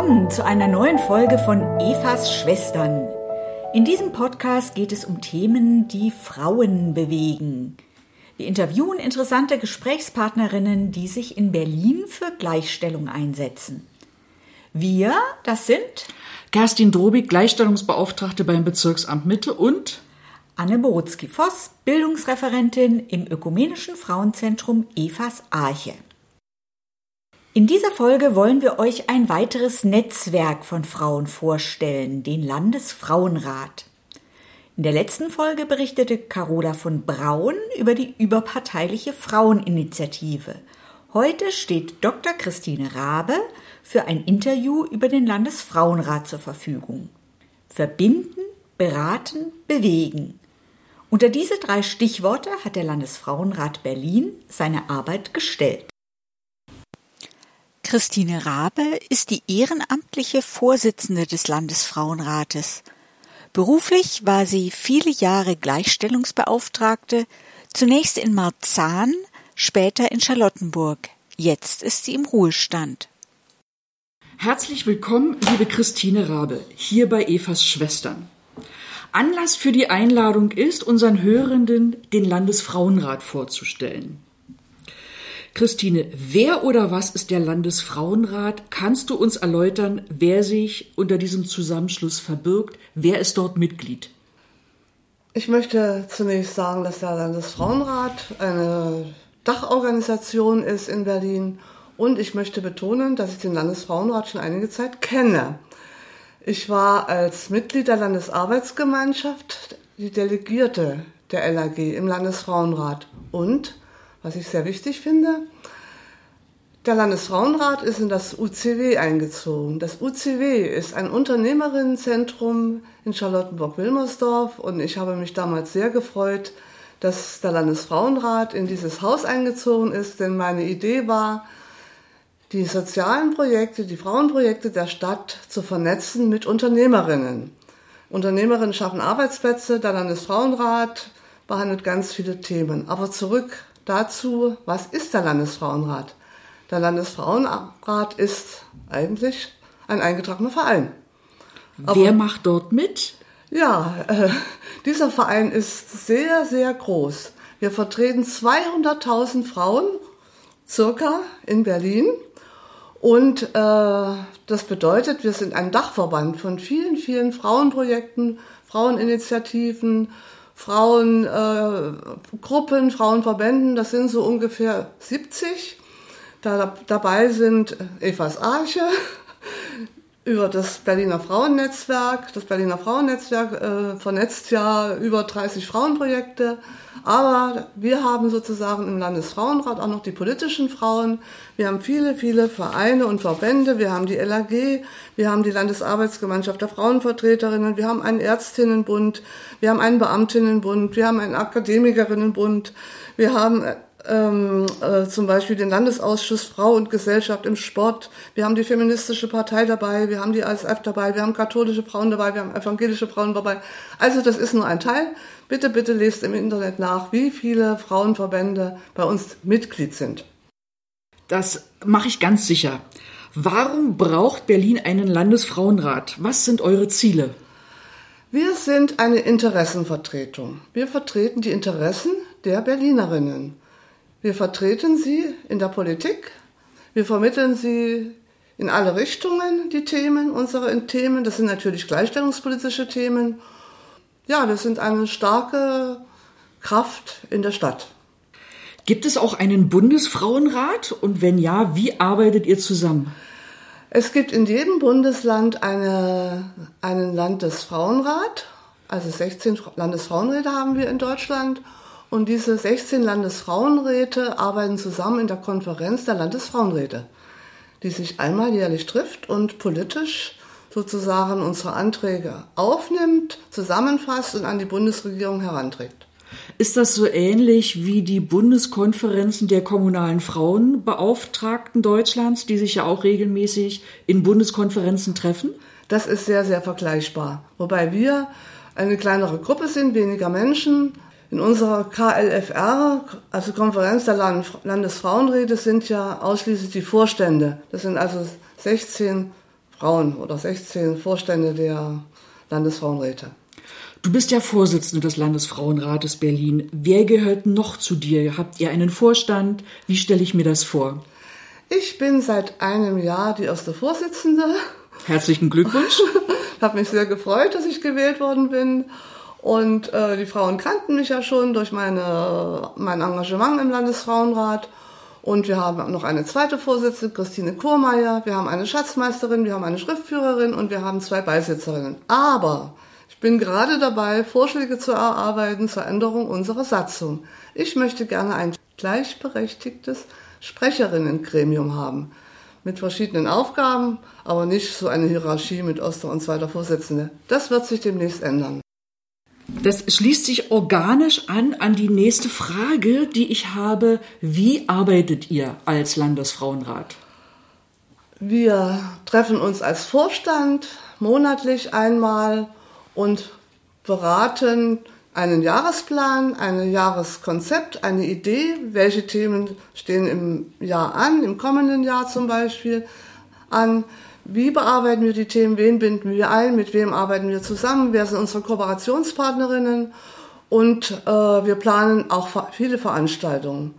willkommen zu einer neuen Folge von Evas Schwestern. In diesem Podcast geht es um Themen, die Frauen bewegen. Wir interviewen interessante Gesprächspartnerinnen, die sich in Berlin für Gleichstellung einsetzen. Wir, das sind Kerstin Drobig, Gleichstellungsbeauftragte beim Bezirksamt Mitte und Anne Borutzki-Voss, Bildungsreferentin im Ökumenischen Frauenzentrum Evas Arche. In dieser Folge wollen wir euch ein weiteres Netzwerk von Frauen vorstellen, den Landesfrauenrat. In der letzten Folge berichtete Carola von Braun über die überparteiliche Fraueninitiative. Heute steht Dr. Christine Rabe für ein Interview über den Landesfrauenrat zur Verfügung. Verbinden, beraten, bewegen. Unter diese 3 Stichworte hat der Landesfrauenrat Berlin seine Arbeit gestellt. Christine Rabe ist die ehrenamtliche Vorsitzende des Landesfrauenrates. Beruflich war sie viele Jahre Gleichstellungsbeauftragte, zunächst in Marzahn, später in Charlottenburg. Jetzt ist sie im Ruhestand. Herzlich willkommen, liebe Christine Rabe, hier bei Evas Schwestern. Anlass für die Einladung ist, unseren Hörenden den Landesfrauenrat vorzustellen. Christine, wer oder was ist der Landesfrauenrat? Kannst du uns erläutern, wer sich unter diesem Zusammenschluss verbirgt? Wer ist dort Mitglied? Ich möchte zunächst sagen, dass der Landesfrauenrat eine Dachorganisation ist in Berlin und ich möchte betonen, dass ich den Landesfrauenrat schon einige Zeit kenne. Ich war als Mitglied der Landesarbeitsgemeinschaft die Delegierte der LAG im Landesfrauenrat und was ich sehr wichtig finde, der Landesfrauenrat ist in das UCW eingezogen. Das UCW ist ein Unternehmerinnenzentrum in Charlottenburg-Wilmersdorf und ich habe mich damals sehr gefreut, dass der Landesfrauenrat in dieses Haus eingezogen ist, denn meine Idee war, die sozialen Projekte, die Frauenprojekte der Stadt zu vernetzen mit Unternehmerinnen. Unternehmerinnen schaffen Arbeitsplätze, der Landesfrauenrat behandelt ganz viele Themen. Aber zurück dazu, was ist der Landesfrauenrat? Der Landesfrauenrat ist eigentlich ein eingetragener Verein. Wer macht dort mit? Ja, dieser Verein ist sehr, sehr groß. Wir vertreten 200.000 Frauen circa in Berlin. Und das bedeutet, wir sind ein Dachverband von vielen, vielen Frauenprojekten, Fraueninitiativen, Frauengruppen, Frauenverbänden, das sind so ungefähr 70. Dabei sind Evas Arche, über das Berliner Frauennetzwerk. Das Berliner Frauennetzwerk vernetzt ja über 30 Frauenprojekte. Aber wir haben sozusagen im Landesfrauenrat auch noch die politischen Frauen. Wir haben viele, viele Vereine und Verbände. Wir haben die LAG, wir haben die Landesarbeitsgemeinschaft der Frauenvertreterinnen, wir haben einen Ärztinnenbund, wir haben einen Beamtinnenbund, wir haben einen Akademikerinnenbund, wir haben zum Beispiel den Landesausschuss Frau und Gesellschaft im Sport, wir haben die Feministische Partei dabei, wir haben die ASF dabei, wir haben katholische Frauen dabei, wir haben evangelische Frauen dabei. Also das ist nur ein Teil. Bitte, bitte lest im Internet nach, wie viele Frauenverbände bei uns Mitglied sind. Das mache ich ganz sicher. Warum braucht Berlin einen Landesfrauenrat? Was sind eure Ziele? Wir sind eine Interessenvertretung. Wir vertreten die Interessen der Berlinerinnen. Wir vertreten sie in der Politik. Wir vermitteln sie in alle Richtungen, die Themen, unsere Themen. Das sind natürlich gleichstellungspolitische Themen. Ja, wir sind eine starke Kraft in der Stadt. Gibt es auch einen Bundesfrauenrat? Und wenn ja, wie arbeitet ihr zusammen? Es gibt in jedem Bundesland einen Landesfrauenrat. Also 16 Landesfrauenräte haben wir in Deutschland. Und diese 16 Landesfrauenräte arbeiten zusammen in der Konferenz der Landesfrauenräte, die sich einmal jährlich trifft und politisch sozusagen unsere Anträge aufnimmt, zusammenfasst und an die Bundesregierung heranträgt. Ist das so ähnlich wie die Bundeskonferenzen der kommunalen Frauenbeauftragten Deutschlands, die sich ja auch regelmäßig in Bundeskonferenzen treffen? Das ist sehr, sehr vergleichbar. Wobei wir eine kleinere Gruppe sind, weniger Menschen. In unserer KLFR, also Konferenz der Landesfrauenräte, sind ja ausschließlich die Vorstände. Das sind also 16 Frauen oder 16 Vorstände der Landesfrauenräte. Du bist ja Vorsitzende des Landesfrauenrates Berlin. Wer gehört noch zu dir? Habt ihr einen Vorstand? Wie stelle ich mir das vor? Ich bin seit einem Jahr die erste Vorsitzende. Herzlichen Glückwunsch. Ich habe mich sehr gefreut, dass ich gewählt worden bin. Und die Frauen kannten mich ja schon durch mein Engagement im Landesfrauenrat. Und wir haben noch eine zweite Vorsitzende, Christine Kurmeier. Wir haben eine Schatzmeisterin, wir haben eine Schriftführerin und wir haben 2 Beisitzerinnen. Aber ich bin gerade dabei, Vorschläge zu erarbeiten zur Änderung unserer Satzung. Ich möchte gerne ein gleichberechtigtes Sprecherinnengremium haben. Mit verschiedenen Aufgaben, aber nicht so eine Hierarchie mit erster und zweiter Vorsitzende. Das wird sich demnächst ändern. Das schließt sich organisch an die nächste Frage, die ich habe. Wie arbeitet ihr als Landesfrauenrat? Wir treffen uns als Vorstand monatlich einmal und beraten einen Jahresplan, ein Jahreskonzept, eine Idee, welche Themen stehen im Jahr an, im kommenden Jahr zum Beispiel an. Wie bearbeiten wir die Themen, wen binden wir ein, mit wem arbeiten wir zusammen, wer sind unsere Kooperationspartnerinnen und wir planen auch viele Veranstaltungen.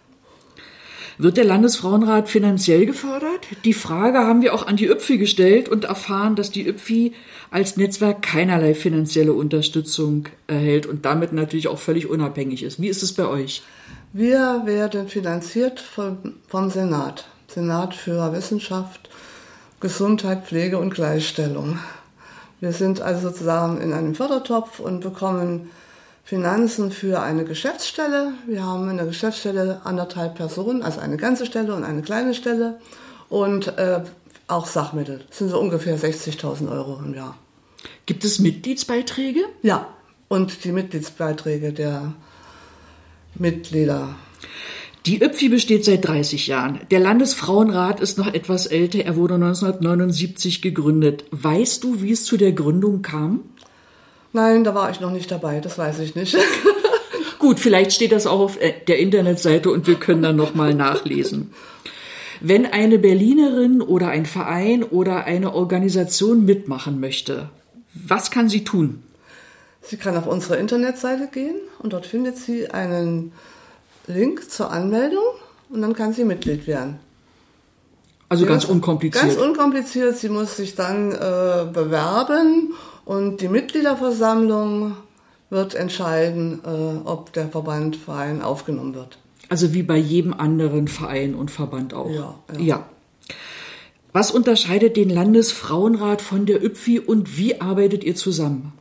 Wird der Landesfrauenrat finanziell gefördert? Die Frage haben wir auch an die ÜPFI gestellt und erfahren, dass die ÜPFI als Netzwerk keinerlei finanzielle Unterstützung erhält und damit natürlich auch völlig unabhängig ist. Wie ist es bei euch? Wir werden finanziert vom Senat. Senat für Wissenschaft, Gesundheit, Pflege und Gleichstellung. Wir sind also sozusagen in einem Fördertopf und bekommen Finanzen für eine Geschäftsstelle. Wir haben in der Geschäftsstelle 1,5 Personen, also eine ganze Stelle und eine kleine Stelle und auch Sachmittel. Das sind so ungefähr 60.000 Euro im Jahr. Gibt es Mitgliedsbeiträge? Ja, und die Mitgliedsbeiträge der Mitglieder. Die ÜPFI besteht seit 30 Jahren. Der Landesfrauenrat ist noch etwas älter. Er wurde 1979 gegründet. Weißt du, wie es zu der Gründung kam? Nein, da war ich noch nicht dabei, das weiß ich nicht. Gut, vielleicht steht das auch auf der Internetseite und wir können dann nochmal nachlesen. Wenn eine Berlinerin oder ein Verein oder eine Organisation mitmachen möchte, was kann sie tun? Sie kann auf unsere Internetseite gehen und dort findet sie einen Link zur Anmeldung und dann kann sie Mitglied werden. Also ganz unkompliziert. Ganz unkompliziert. Sie muss sich dann bewerben und die Mitgliederversammlung wird entscheiden, ob der Verein aufgenommen wird. Also wie bei jedem anderen Verein und Verband auch. Ja. Was unterscheidet den Landesfrauenrat von der ÜPFI und wie arbeitet ihr zusammen?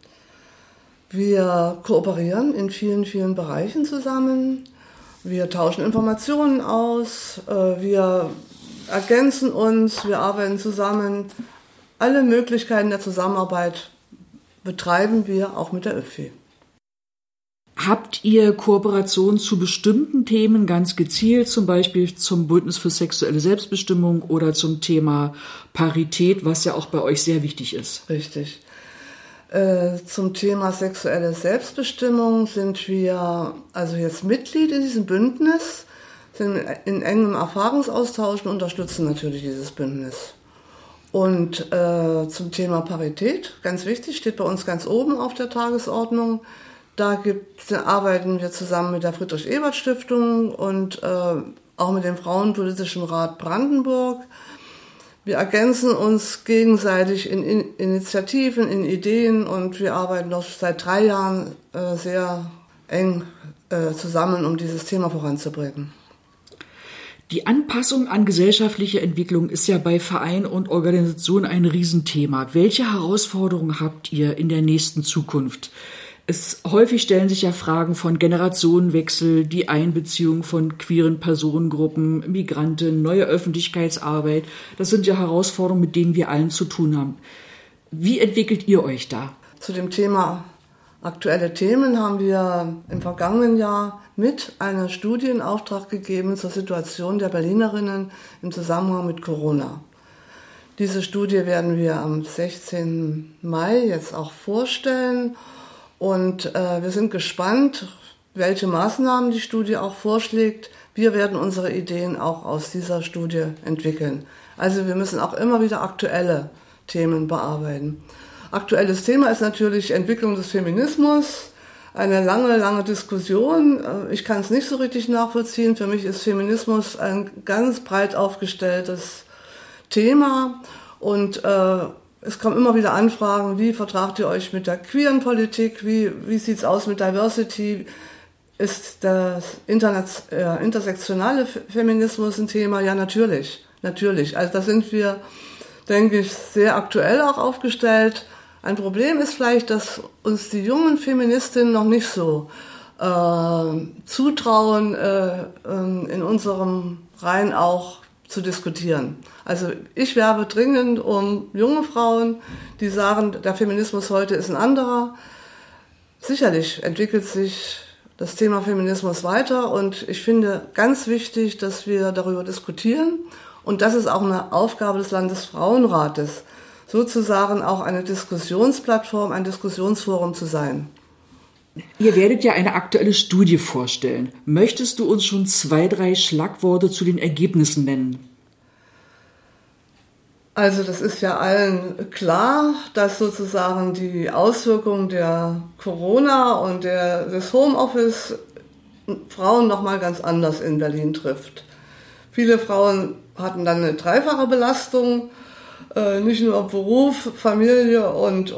Wir kooperieren in vielen, vielen Bereichen zusammen. Wir tauschen Informationen aus, wir ergänzen uns, wir arbeiten zusammen. Alle Möglichkeiten der Zusammenarbeit betreiben wir auch mit der ÜPFI. Habt ihr Kooperationen zu bestimmten Themen ganz gezielt, zum Beispiel zum Bündnis für sexuelle Selbstbestimmung oder zum Thema Parität, was ja auch bei euch sehr wichtig ist? Richtig. Zum Thema sexuelle Selbstbestimmung sind wir also jetzt Mitglied in diesem Bündnis, sind in engem Erfahrungsaustausch und unterstützen natürlich dieses Bündnis. Und zum Thema Parität, ganz wichtig, steht bei uns ganz oben auf der Tagesordnung. Da arbeiten wir zusammen mit der Friedrich-Ebert-Stiftung und auch mit dem Frauenpolitischen Rat Brandenburg. Wir ergänzen uns gegenseitig in Initiativen, in Ideen und wir arbeiten noch seit 3 Jahren sehr eng zusammen, um dieses Thema voranzubringen. Die Anpassung an gesellschaftliche Entwicklung ist ja bei Vereinen und Organisationen ein Riesenthema. Welche Herausforderungen habt ihr in der nächsten Zukunft? Häufig stellen sich ja Fragen von Generationenwechsel, die Einbeziehung von queeren Personengruppen, Migranten, neue Öffentlichkeitsarbeit. Das sind ja Herausforderungen, mit denen wir allen zu tun haben. Wie entwickelt ihr euch da? Zu dem Thema aktuelle Themen haben wir im vergangenen Jahr mit einer Studie in Auftrag gegeben zur Situation der Berlinerinnen im Zusammenhang mit Corona. Diese Studie werden wir am 16. Mai jetzt auch vorstellen. Und wir sind gespannt, welche Maßnahmen die Studie auch vorschlägt. Wir werden unsere Ideen auch aus dieser Studie entwickeln. Also wir müssen auch immer wieder aktuelle Themen bearbeiten. Aktuelles Thema ist natürlich Entwicklung des Feminismus. Eine lange, lange Diskussion. Ich kann es nicht so richtig nachvollziehen. Für mich ist Feminismus ein ganz breit aufgestelltes Thema. Und es kommen immer wieder Anfragen, wie vertragt ihr euch mit der queeren Politik? Wie sieht's aus mit Diversity? Ist das intersektionale Feminismus ein Thema? Ja, natürlich. Also da sind wir, denke ich, sehr aktuell auch aufgestellt. Ein Problem ist vielleicht, dass uns die jungen Feministinnen noch nicht so zutrauen, in unserem Reihen auch zu diskutieren. Also ich werbe dringend um junge Frauen, die sagen, der Feminismus heute ist ein anderer. Sicherlich entwickelt sich das Thema Feminismus weiter und ich finde ganz wichtig, dass wir darüber diskutieren und das ist auch eine Aufgabe des Landesfrauenrates, sozusagen auch eine Diskussionsplattform, ein Diskussionsforum zu sein. Ihr werdet ja eine aktuelle Studie vorstellen. Möchtest du uns schon 2, 3 Schlagworte zu den Ergebnissen nennen? Also das ist ja allen klar, dass sozusagen die Auswirkungen der Corona und des Homeoffice Frauen nochmal ganz anders in Berlin trifft. Viele Frauen hatten dann eine dreifache Belastung, nicht nur Beruf, Familie und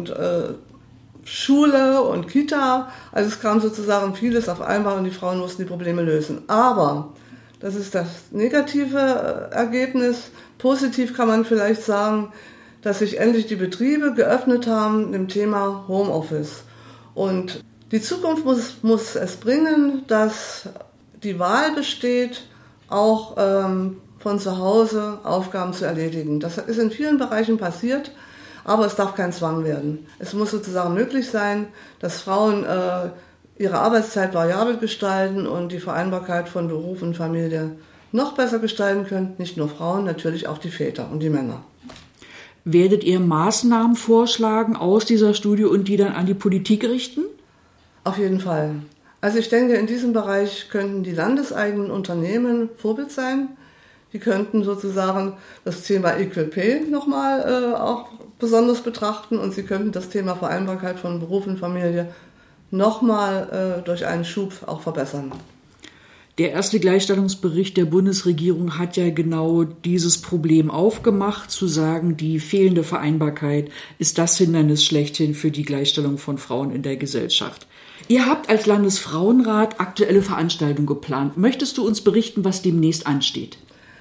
Schule und Kita. Also es kam sozusagen vieles auf einmal und die Frauen mussten die Probleme lösen. Aber das ist das negative Ergebnis. Positiv kann man vielleicht sagen, dass sich endlich die Betriebe geöffnet haben dem Thema Homeoffice. Und die Zukunft muss es bringen, dass die Wahl besteht, auch von zu Hause Aufgaben zu erledigen. Das ist in vielen Bereichen passiert, aber es darf kein Zwang werden. Es muss sozusagen möglich sein, dass Frauen ihre Arbeitszeit variabel gestalten und die Vereinbarkeit von Beruf und Familie noch besser gestalten können. Nicht nur Frauen, natürlich auch die Väter und die Männer. Werdet ihr Maßnahmen vorschlagen aus dieser Studie und die dann an die Politik richten? Auf jeden Fall. Also ich denke, in diesem Bereich könnten die landeseigenen Unternehmen Vorbild sein. Die könnten sozusagen das Thema Equal Pay nochmal auch besonders betrachten und sie könnten das Thema Vereinbarkeit von Beruf und Familie nochmal durch einen Schub auch verbessern. Der erste Gleichstellungsbericht der Bundesregierung hat ja genau dieses Problem aufgemacht, zu sagen, die fehlende Vereinbarkeit ist das Hindernis schlechthin für die Gleichstellung von Frauen in der Gesellschaft. Ihr habt als Landesfrauenrat aktuelle Veranstaltungen geplant. Möchtest du uns berichten, was demnächst ansteht?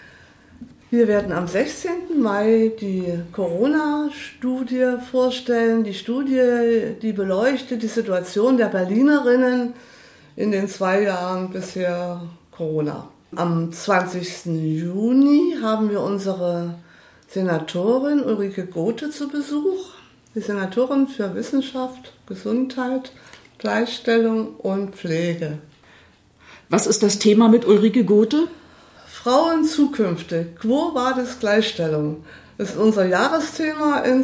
Wir werden am 16. Mai die Corona-Studie vorstellen. Die Studie, die beleuchtet die Situation der Berlinerinnen in den 2 Jahren bisher Corona. Am 20. Juni haben wir unsere Senatorin Ulrike Gothe zu Besuch. Die Senatorin für Wissenschaft, Gesundheit, Gleichstellung und Pflege. Was ist das Thema mit Ulrike Gothe? Frauen zukünftig. Quo vadis Gleichstellung? Das ist unser Jahresthema in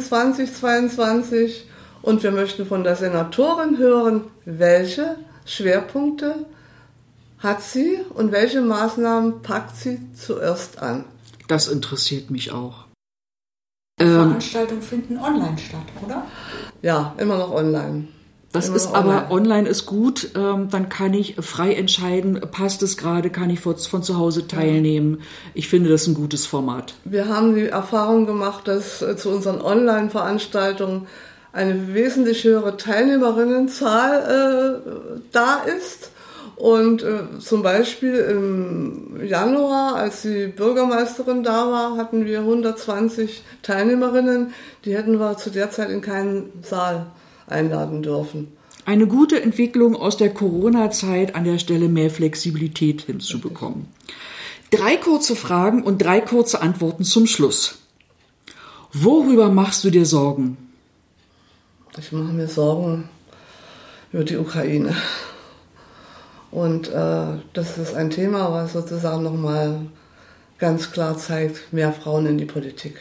2022 und wir möchten von der Senatorin hören, welche Schwerpunkte hat sie und welche Maßnahmen packt sie zuerst an? Das interessiert mich auch. Veranstaltungen finden online statt, oder? Ja, immer noch online. Das ist aber, online ist gut, dann kann ich frei entscheiden, passt es gerade, kann ich von zu Hause teilnehmen. Ich finde das ein gutes Format. Wir haben die Erfahrung gemacht, dass zu unseren Online-Veranstaltungen eine wesentlich höhere Teilnehmerinnenzahl da ist. Und zum Beispiel im Januar, als die Bürgermeisterin da war, hatten wir 120 Teilnehmerinnen. Die hätten wir zu der Zeit in keinen Saal einladen dürfen. Eine gute Entwicklung aus der Corona-Zeit, an der Stelle mehr Flexibilität hinzubekommen. 3 kurze Fragen und 3 kurze Antworten zum Schluss. Worüber machst du dir Sorgen? Ich mache mir Sorgen über die Ukraine. Und das ist ein Thema, was sozusagen nochmal ganz klar zeigt, mehr Frauen in die Politik.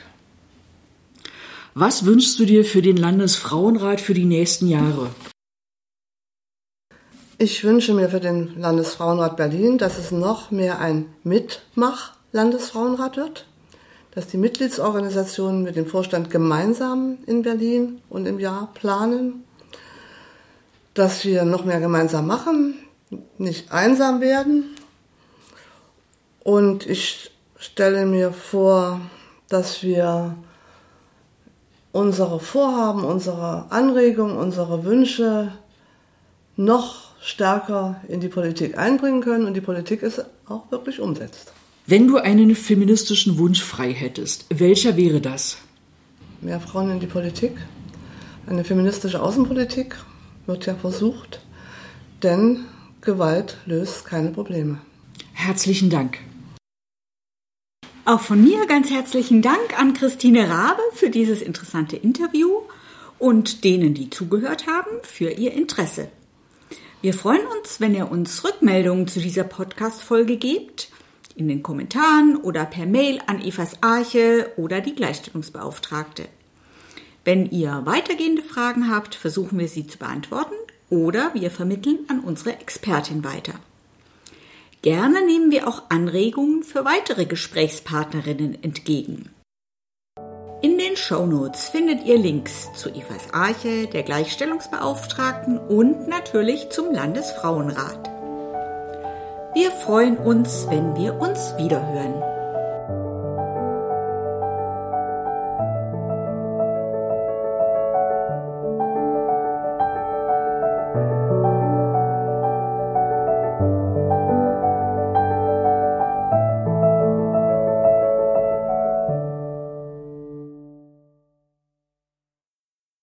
Was wünschst du dir für den Landesfrauenrat für die nächsten Jahre? Ich wünsche mir für den Landesfrauenrat Berlin, dass es noch mehr ein Mitmach-Landesfrauenrat wird, dass die Mitgliedsorganisationen mit dem Vorstand gemeinsam in Berlin und im Jahr planen, dass wir noch mehr gemeinsam machen, nicht einsam werden. Und ich stelle mir vor, dass wir unsere Vorhaben, unsere Anregungen, unsere Wünsche noch stärker in die Politik einbringen können und die Politik es auch wirklich umsetzt. Wenn du einen feministischen Wunsch frei hättest, welcher wäre das? Mehr Frauen in die Politik, eine feministische Außenpolitik wird ja versucht, denn Gewalt löst keine Probleme. Herzlichen Dank. Auch von mir ganz herzlichen Dank an Christine Rabe für dieses interessante Interview und denen, die zugehört haben, für ihr Interesse. Wir freuen uns, wenn ihr uns Rückmeldungen zu dieser Podcast-Folge gebt, in den Kommentaren oder per Mail an Evas Arche oder die Gleichstellungsbeauftragte. Wenn ihr weitergehende Fragen habt, versuchen wir sie zu beantworten oder wir vermitteln an unsere Expertin weiter. Gerne nehmen wir auch Anregungen für weitere Gesprächspartnerinnen entgegen. In den Shownotes findet ihr Links zu Evas Arche, der Gleichstellungsbeauftragten und natürlich zum Landesfrauenrat. Wir freuen uns, wenn wir uns wiederhören.